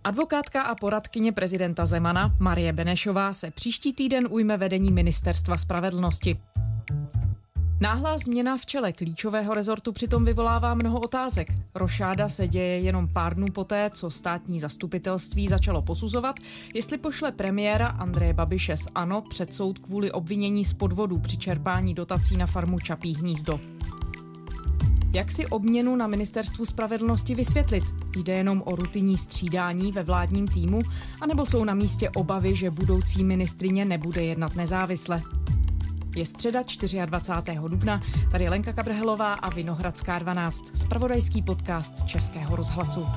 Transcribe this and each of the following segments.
Advokátka a poradkyně prezidenta Zemana Marie Benešová se příští týden ujme vedení Ministerstva spravedlnosti. Náhlá změna v čele klíčového rezortu přitom vyvolává mnoho otázek. Rošáda se děje jenom pár dnů poté, co státní zastupitelství začalo posuzovat, jestli pošle premiéra Andreje Babiše z ANO před soud kvůli obvinění z podvodu při čerpání dotací na farmu Čapí hnízdo. Jak si obměnu na Ministerstvu spravedlnosti vysvětlit? Jde jenom o rutinní střídání ve vládním týmu, anebo jsou na místě obavy, že budoucí ministryně nebude jednat nezávisle? Je středa 24. dubna, tady Lenka Kabrhelová a Vinohradská 12, zpravodajský podcast Českého rozhlasu.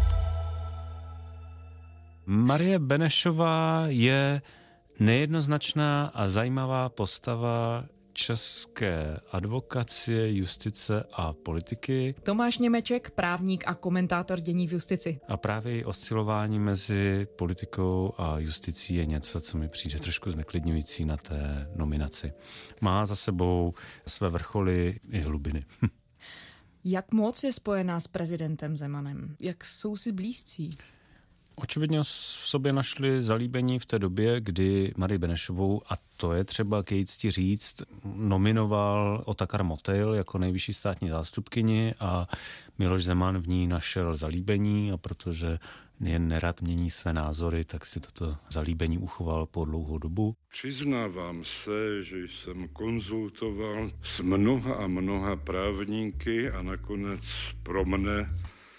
Marie Benešová je nejednoznačná a zajímavá postava české advokacie, justice a politiky. Tomáš Němeček, právník a komentátor dění v justici. A právě oscilování mezi politikou a justicí je něco, co mi přijde trošku zneklidňující na té nominaci. Má za sebou své vrcholy i hlubiny. Jak moc je spojená s prezidentem Zemanem? Jak jsou si blízcí? Očividně v sobě našli zalíbení v té době, kdy Marii Benešovou, a to je třeba k její cti říct, nominoval Otakar Motejl jako nejvyšší státní zástupkyni a Miloš Zeman v ní našel zalíbení, a protože jen nerad mění své názory, tak si toto zalíbení uchoval po dlouhou dobu. Přiznávám se, že jsem konzultoval s mnoha a mnoha právníky a nakonec pro mne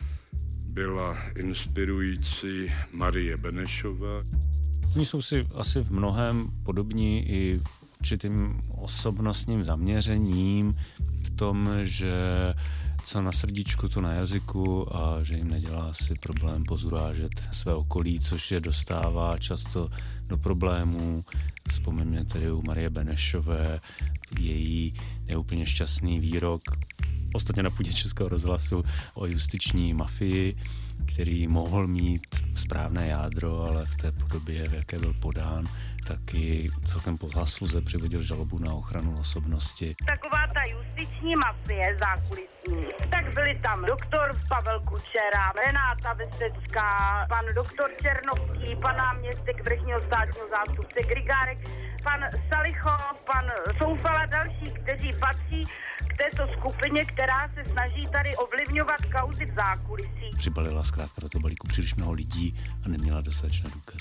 byla inspirující Marie Benešová. Oni jsou si asi v mnohém podobní i určitým osobnostním zaměřením v tom, že co na srdíčku, to na jazyku a že jim nedělá asi problém pozurážet své okolí, což je dostává často do problémů. Vzpomeňme tedy u Marie Benešové její neúplně šťastný výrok, ostatně na půdě Českého rozhlasu, o justiční mafii, který mohl mít správné jádro, ale v té podobě, v jaké byl podán, taky celkem po zásluze přivodil žalobu na ochranu osobnosti. Taková ta justiční mafie zákulisní, tak byli tam doktor Pavel Kučera, Renáta Vesecká, pan doktor Černovský, pan náměstek vrchního státního zástupce Grigárek, pan Salichov, pan Soufal a další, kteří patří k této skupině, která se snaží tady ovlivňovat kauzy v zákulisí. Přibalila zkrátka do toho balíku příliš mnoho lidí a neměla dostatečné důkazy.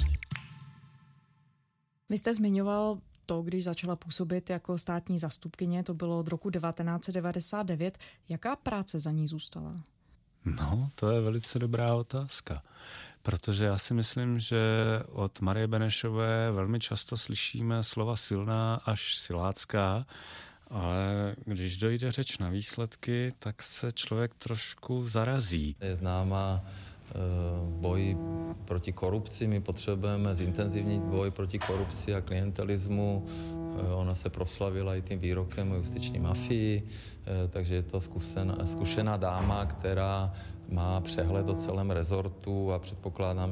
Vy jste zmiňoval to, když začala působit jako státní zástupkyně, to bylo od roku 1999. Jaká práce za ní zůstala? No, to je velice dobrá otázka, protože já si myslím, že od Marie Benešové velmi často slyšíme slova silná až silácká, ale když dojde řeč na výsledky, tak se člověk trošku zarazí. Je známá boj proti korupci, my potřebujeme zintenzivnit boj proti korupci a klientelismu. Ona se proslavila i tím výrokem o justiční mafii, takže je to zkušená dáma, která má přehled o celém rezortu a předpokládám,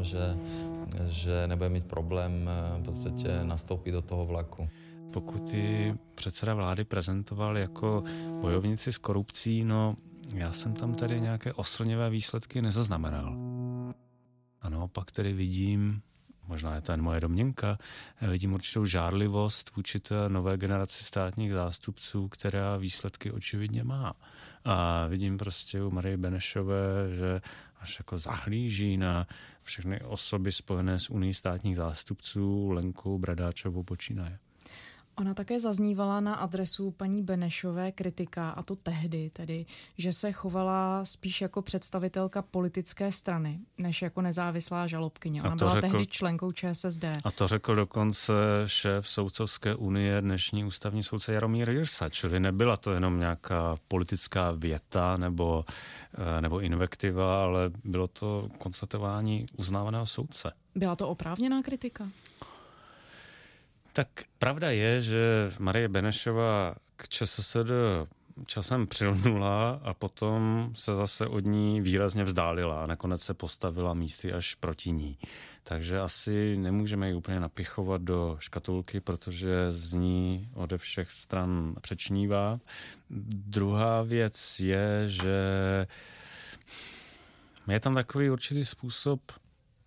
že nebude mít problém v podstatě nastoupit do toho vlaku. Pokud ji předseda vlády prezentoval jako bojovníci s korupcí, no já jsem tam tady nějaké oslnivé výsledky nezaznamenal. A naopak tedy vidím, možná je to jen moje domněnka, vidím určitou žárlivost vůči té nové generaci státních zástupců, která výsledky očividně má. A vidím prostě u Marie Benešové, že až jako zahlíží na všechny osoby spojené s Unií státních zástupců, Lenkou Bradáčovou počínaje. Ona také zaznívala na adresu paní Benešové kritika, a to tehdy tedy, že se chovala spíš jako představitelka politické strany, než jako nezávislá žalobkyně. Ona byla tehdy členkou ČSSD. A to řekl dokonce šéf Soudcovské unie, dnešní ústavní soudce Jaromír Jirsa, čili nebyla to jenom nějaká politická věta nebo invektiva, ale bylo to konstatování uznávaného soudce. Byla to oprávněná kritika? Tak pravda je, že Marie Benešová k ČSSD časem přilnula a potom se zase od ní výrazně vzdálila a nakonec se postavila místy až proti ní. Takže asi nemůžeme ji úplně napichovat do škatulky, protože z ní ode všech stran přečnívá. Druhá věc je, že je tam takový určitý způsob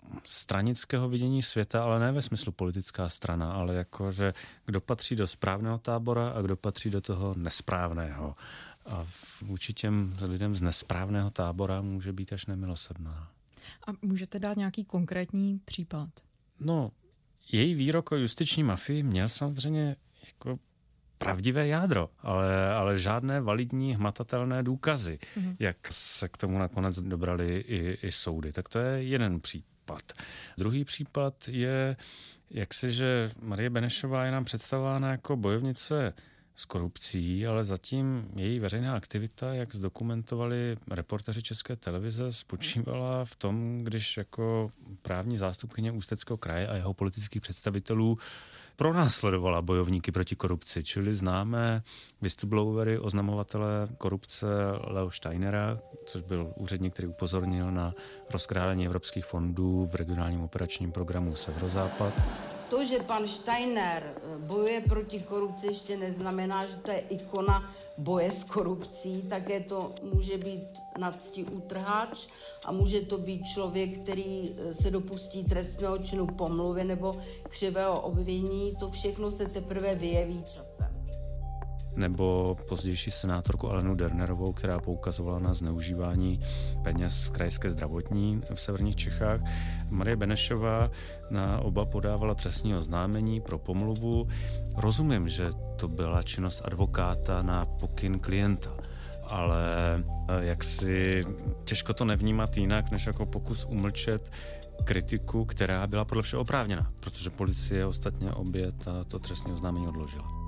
stranického vidění světa, ale ne ve smyslu politická strana, ale jako, že kdo patří do správného tábora a kdo patří do toho nesprávného. A vůči těm lidem z nesprávného tábora může být až nemilosrdná. A můžete dát nějaký konkrétní případ? No, její výrok o justiční mafii měl samozřejmě jako pravdivé jádro, ale žádné validní hmatatelné důkazy, jak se k tomu nakonec dobrali i soudy. Tak to je jeden případ. Druhý případ je, že Marie Benešová je nám představována jako bojovnice s korupcí, ale zatím její veřejná aktivita, jak zdokumentovali reportéři České televize, spočívala v tom, když jako právní zástupkyně Ústeckého kraje a jeho politických představitelů pronásledovala bojovníky proti korupci, čili známé whistleblowery, oznamovatele korupce Leo Steinera, což byl úředník, který upozornil na rozkrádání evropských fondů v regionálním operačním programu Severozápad. To, že pan Steiner bojuje proti korupci, ještě neznamená, že to je ikona boje s korupcí. Také to může být nadstiútrhač a může to být člověk, který se dopustí trestného činu pomluvy nebo křivého obvinění. To všechno se teprve vyjeví časem. Nebo pozdější senátorku Alenu Dernerovou, která poukazovala na zneužívání peněz v krajské zdravotní v severních Čechách. Marie Benešová na oba podávala trestní oznámení pro pomluvu. Rozumím, že to byla činnost advokáta na pokyn klienta, ale jaksi těžko to nevnímat jinak, než jako pokus umlčet kritiku, která byla podle všeho oprávněná, protože policie ostatně obě to trestní oznámení odložila.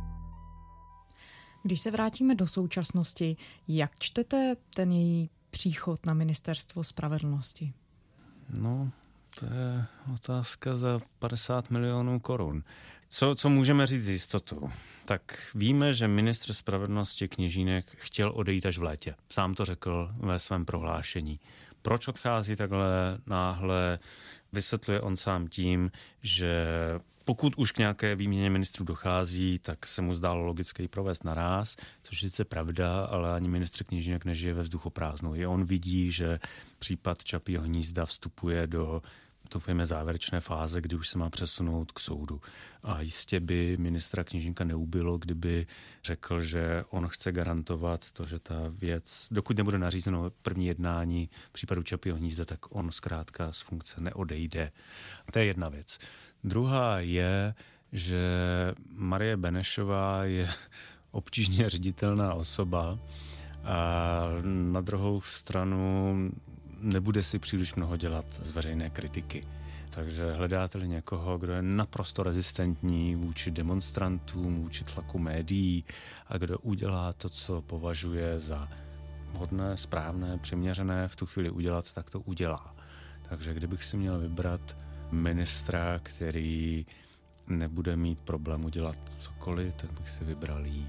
Když se vrátíme do současnosti, jak čtete ten její příchod na ministerstvo spravedlnosti? No, to je otázka za 50 milionů korun. Co můžeme říct s jistotou? Tak víme, že ministr spravedlnosti Kněžínek chtěl odejít až v létě. Sám to řekl ve svém prohlášení. Proč odchází takhle náhle? Vysvětluje on sám tím, že pokud už k nějaké výměně ministrů dochází, tak se mu zdálo logické ji provést naráz, což je sice pravda, ale ani ministr Kněžínek nežije ve vzduchoprázdnu. I on vidí, že případ Čapího hnízda vstupuje do doufejme závěrečné fáze, kdy už se má přesunout k soudu. A jistě by ministra Kněžínka neubilo, kdyby řekl, že on chce garantovat to, že ta věc, dokud nebude nařízeno první jednání případu Čapího hnízda, tak on zkrátka z funkce neodejde. To je jedna věc. Druhá je, že Marie Benešová je obtížně ředitelná osoba a na druhou stranu nebude si příliš mnoho dělat z veřejné kritiky. Takže hledáte-li někoho, kdo je naprosto rezistentní vůči demonstrantům, vůči tlaku médií a kdo udělá to, co považuje za hodné, správné, přiměřené v tu chvíli udělat, tak to udělá. Takže kdybych si měl vybrat ministra, který nebude mít problém udělat cokoliv, tak bych si vybral jí.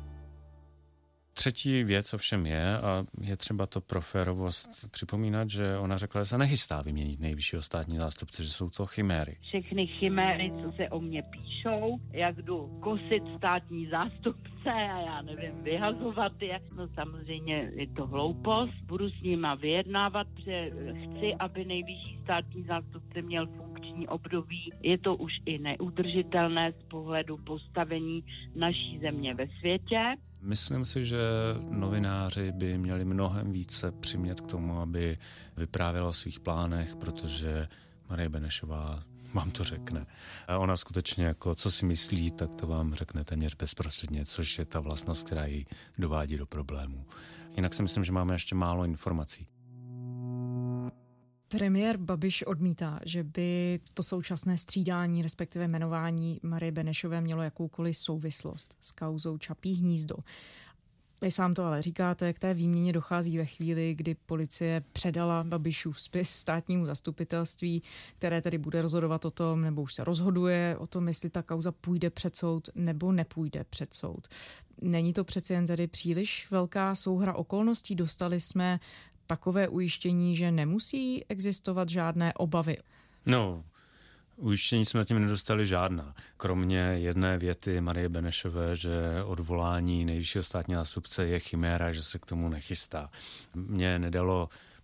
Třetí věc ovšem je, a je třeba to pro férovost připomínat, že ona řekla, že se nechystá vyměnit nejvyššího státního zástupce, že jsou to chiméry. Všechny chiméry, co se o mě píšou, jak jdu kosit státní zástupce a já nevím, vyhazovat je, no samozřejmě je to hloupost. Budu s nima vyjednávat, protože chci, aby nejvyšší státní zástupce měl funkční období. Je to už i neudržitelné z pohledu postavení naší země ve světě. Myslím si, že novináři by měli mnohem více přimět k tomu, aby vyprávěla o svých plánech, protože Marie Benešová vám to řekne. A ona skutečně jako, co si myslí, tak to vám řekne téměř bezprostředně, což je ta vlastnost, která ji dovádí do problémů. Jinak si myslím, že máme ještě málo informací. Premiér Babiš odmítá, že by to současné střídání, respektive jmenování Marie Benešové mělo jakoukoliv souvislost s kauzou Čapí hnízdo. Vy sám to ale říkáte, k té výměně dochází ve chvíli, kdy policie předala Babišův spis státnímu zastupitelství, které tedy bude rozhodovat o tom, nebo už se rozhoduje o tom, jestli ta kauza půjde před soud nebo nepůjde před soud. Není to přeci jen tedy příliš velká souhra okolností? Dostali jsme takové ujištění, že nemusí existovat žádné obavy? No, ujištění jsme tím nedostali žádná. Kromě jedné věty Marie Benešové, že odvolání nejvyššího státního zástupce je chiméra, že se k tomu nechystá. Mě nedalo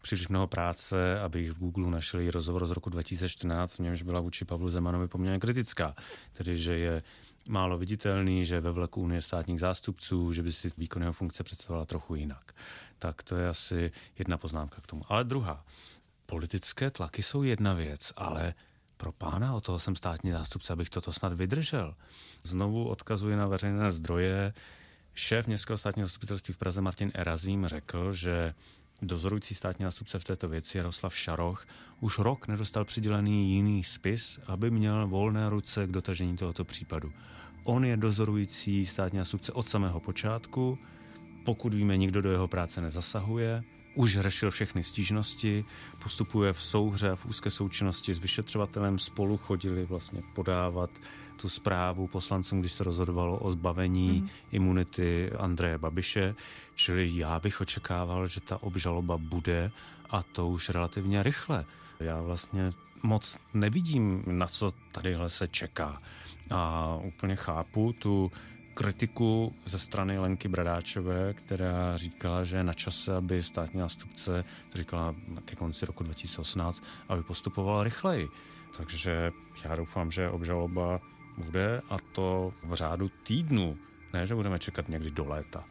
příliš mnoho práce, abych v Google našel její rozhovor z roku 2014, v němž byla vůči Pavlu Zemanovi poměrně kritická. Tedy, že je málo viditelný, že je ve vleku Unie státních zástupců, že by si výkon jeho funkce představovala trochu jinak. Tak to je asi jedna poznámka k tomu. Ale druhá. Politické tlaky jsou jedna věc, ale pro pána, od toho jsem státní zástupce, abych toto snad vydržel. Znovu odkazuji na veřejné zdroje. Šéf Městského státního zastupitelství v Praze Martin Erazím řekl, že dozorující státní zástupce v této věci Jaroslav Šaroch už rok nedostal přidělený jiný spis, aby měl volné ruce k dotažení tohoto případu. On je dozorující státní zástupce od samého počátku, pokud víme, nikdo do jeho práce nezasahuje, už řešil všechny stížnosti, postupuje v souhře a v úzké součinnosti s vyšetřovatelem, spolu chodili vlastně podávat tu zprávu poslancům, když se rozhodovalo o zbavení imunity Andreje Babiše, čili já bych očekával, že ta obžaloba bude a to už relativně rychle. Já vlastně moc nevidím, na co tadyhle se čeká a úplně chápu tu kritiku ze strany Lenky Bradáčové, která říkala, že je na čase, aby státní zástupce, to říkala ke konci roku 2018, aby postupovala rychleji. Takže já doufám, že obžaloba bude a to v řádu týdnu, ne, že budeme čekat někdy do léta.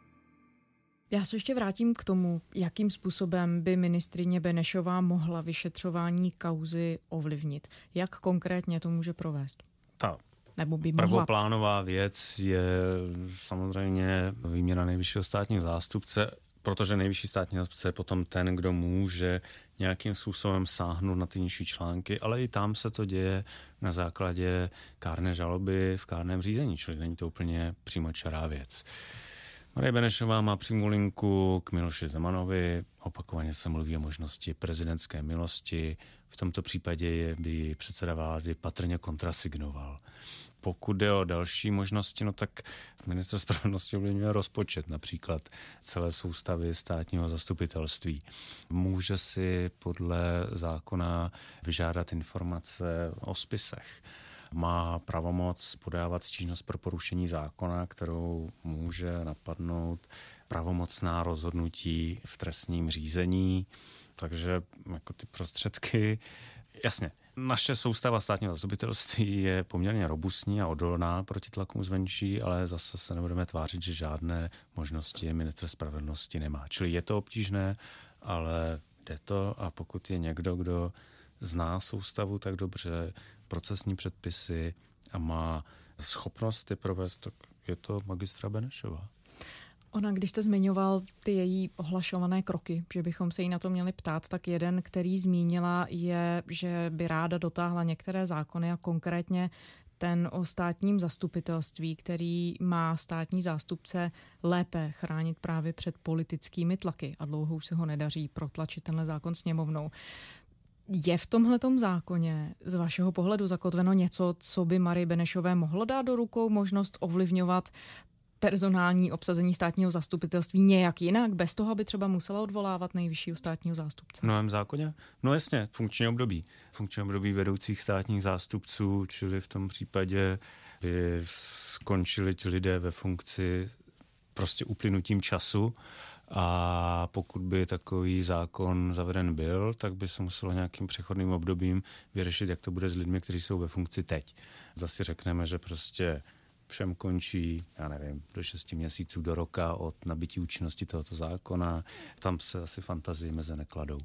Já se ještě vrátím k tomu, jakým způsobem by ministryně Benešová mohla vyšetřování kauzy ovlivnit. Jak konkrétně to může provést? Nebo by mohla? Prvoplánová věc je samozřejmě výměna nejvyššího státního zástupce, protože nejvyšší státní zástupce je potom ten, kdo může nějakým způsobem sáhnout na ty nižší články, ale i tam se to děje na základě kárné žaloby v kárném řízení, čili není to úplně přímočará věc. Marie Benešová má přímou linku k Miloši Zemanovi, opakovaně se mluví o možnosti prezidentské milosti, v tomto případě by předseda vlády patrně kontrasignoval. Pokud jde o další možnosti, no tak ministr spravedlnosti ovlivňuje rozpočet, například celé soustavy státního zastupitelství. Může si podle zákona vyžádat informace o spisech. Má pravomoc podávat stížnost pro porušení zákona, kterou může napadnout pravomocná rozhodnutí v trestním řízení. Takže jako ty prostředky, jasně, naše soustava státního zastupitelství je poměrně robustní a odolná proti tlakům zvenčí, ale zase se nebudeme tvářit, že žádné možnosti ministr spravedlnosti nemá. Čili je to obtížné, ale jde to a pokud je někdo, kdo zná soustavu tak dobře, procesní předpisy a má schopnost je provést, tak je to magistra Benešová. Ona, když jste zmiňoval ty její ohlašované kroky, že bychom se jí na to měli ptát, tak jeden, který zmínila, je, že by ráda dotáhla některé zákony a konkrétně ten o státním zastupitelství, který má státní zástupce lépe chránit právě před politickými tlaky a dlouho už se ho nedaří protlačit tenhle zákon sněmovnou. Je v tomhletom zákoně z vašeho pohledu zakotveno něco, co by Marii Benešové mohlo dát do rukou možnost ovlivňovat personální obsazení státního zastupitelství nějak jinak, bez toho, aby třeba musela odvolávat nejvyššího státního zástupce? V novém zákoně? No jasně, funkční období. Funkční období vedoucích státních zástupců, čili v tom případě by skončili ti lidé ve funkci prostě uplynutím času a pokud by takový zákon zaveden byl, tak by se muselo nějakým přechodným obdobím vyřešit, jak to bude s lidmi, kteří jsou ve funkci teď. Zase řekneme, že prostě všem končí, já nevím, do 6 měsíců do roka od nabití účinnosti tohoto zákona. Tam se asi fantazii meze nekladou.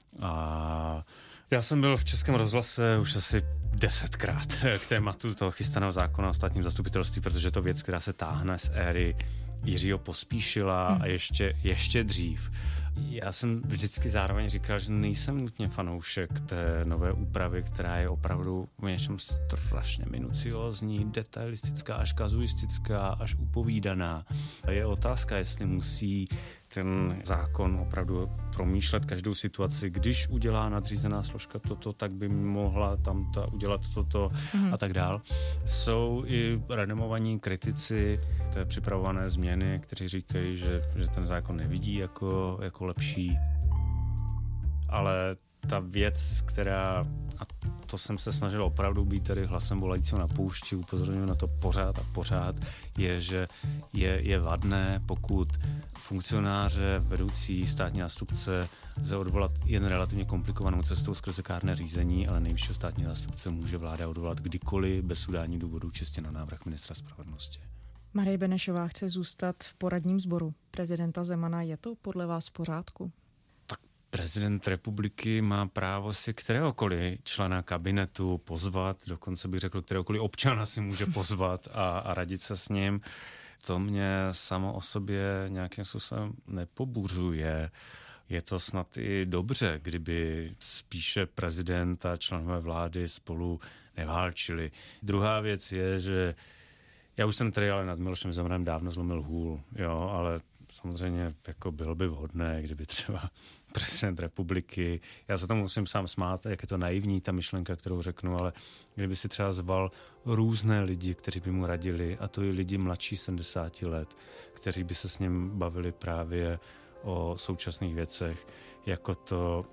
A já jsem byl v Českém rozhlase už asi 10krát k tématu toho chystaného zákona o státním zastupitelství, protože je to věc, která se táhne z éry Jiřího Pospíšila a ještě dřív. Já jsem vždycky zároveň říkal, že nejsem nutně fanoušek té nové úpravy, která je opravdu v něčem strašně minuciózní, detailistická, až kazuistická, až upovídaná. A je otázka, jestli musí ten zákon opravdu promýšlet každou situaci. Když udělá nadřízená složka toto, tak by mohla tam udělat toto a tak dál. Jsou i renomovaní kritici té připravované změny, kteří říkají, že ten zákon nevidí jako lepší. Ale ta věc, která, a to jsem se snažil opravdu být tady hlasem volajícího na poušti, upozorňuji na to pořád, je, že je vadné, pokud funkcionáře, vedoucí státní zástupce lze odvolat jen relativně komplikovanou cestou skrze kárné řízení, ale nejvyššího státního zástupce může vláda odvolat kdykoliv bez udání důvodu čistě na návrh ministra spravedlnosti. Marie Benešová chce zůstat v poradním sboru prezidenta Zemana. Je to podle vás v pořádku? Prezident republiky má právo si kteréhokoliv člena kabinetu pozvat, dokonce bych řekl, kteréhokoliv občana si může pozvat a radit se s ním. To mě samo o sobě nějakým způsobem nepobuřuje. Je to snad i dobře, kdyby spíše prezident a členové vlády spolu neválčili. Druhá věc je, že já už jsem tady ale nad Milošem Zemanem dávno zlomil hůl, jo, ale samozřejmě jako bylo by vhodné, kdyby třeba prezident republiky, já se tomu musím sám smát, jak je to naivní ta myšlenka, kterou řeknu, ale kdyby si třeba zval různé lidi, kteří by mu radili, a to i lidi mladší 70 let, kteří by se s ním bavili právě o současných věcech, jako to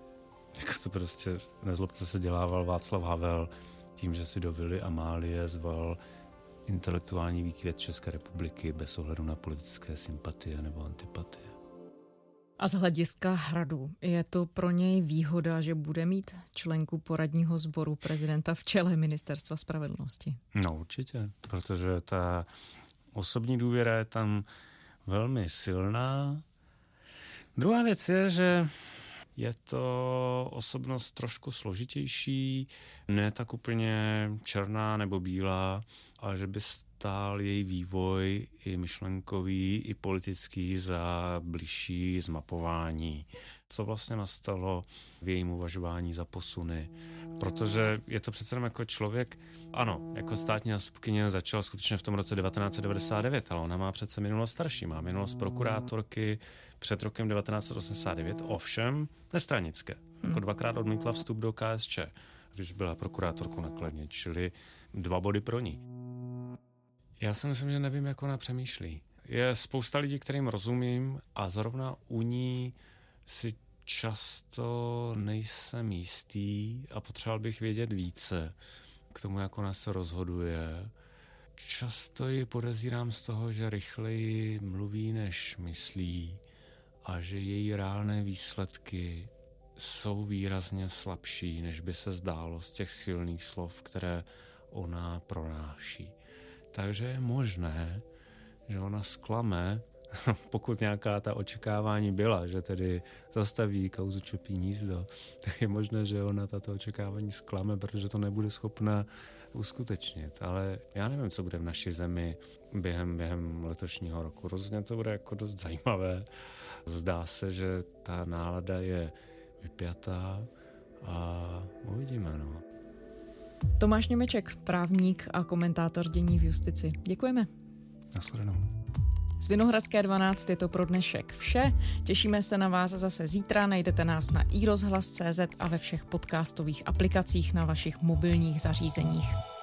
prostě, nezlobte se, dělával Václav Havel tím, že si do Vily Amálie zval intelektuální výkvět České republiky bez ohledu na politické sympatie nebo antipatie. A z hlediska Hradu, je to pro něj výhoda, že bude mít členku poradního sboru prezidenta v čele Ministerstva spravedlnosti? No určitě, protože ta osobní důvěra je tam velmi silná. Druhá věc je, že je to osobnost trošku složitější, ne tak úplně černá nebo bílá, ale že by stál její vývoj i myšlenkový, i politický za bližší zmapování. Co vlastně nastalo v jejím uvažování za posuny. Protože je to přece jako člověk, ano, jako státní zástupkyně začala skutečně v tom roce 1999, ale ona má přece minulost starší, má minulost prokurátorky před rokem 1989, ovšem nestranické. Jako dvakrát odmítla vstup do KSČ, když byla prokurátorkou na Kladně, čili 2 body pro ní. Já si myslím, že nevím, jak ona přemýšlí. Je spousta lidí, kterým rozumím a zrovna u ní si často nejsem jistý a potřeboval bych vědět více k tomu, jak ona se rozhoduje. Často ji podezírám z toho, že rychleji mluví, než myslí a že její reálné výsledky jsou výrazně slabší, než by se zdálo z těch silných slov, které ona pronáší. Takže je možné, že ona zklame, pokud nějaká ta očekávání byla, že tedy zastaví kauzu Čapí hnízdo, tak je možné, že ona tato očekávání zklame, protože to nebude schopna uskutečnit. Ale já nevím, co bude v naší zemi během letošního roku. Rozhodně to bude jako dost zajímavé. Zdá se, že ta nálada je vypjatá a uvidíme, no. Tomáš Němeček, právník a komentátor dění v justici. Děkujeme. Nashledanou. Z Vinohradské 12 je to pro dnešek vše. Těšíme se na vás zase zítra. Najdete nás na iRozhlas.cz a ve všech podcastových aplikacích na vašich mobilních zařízeních.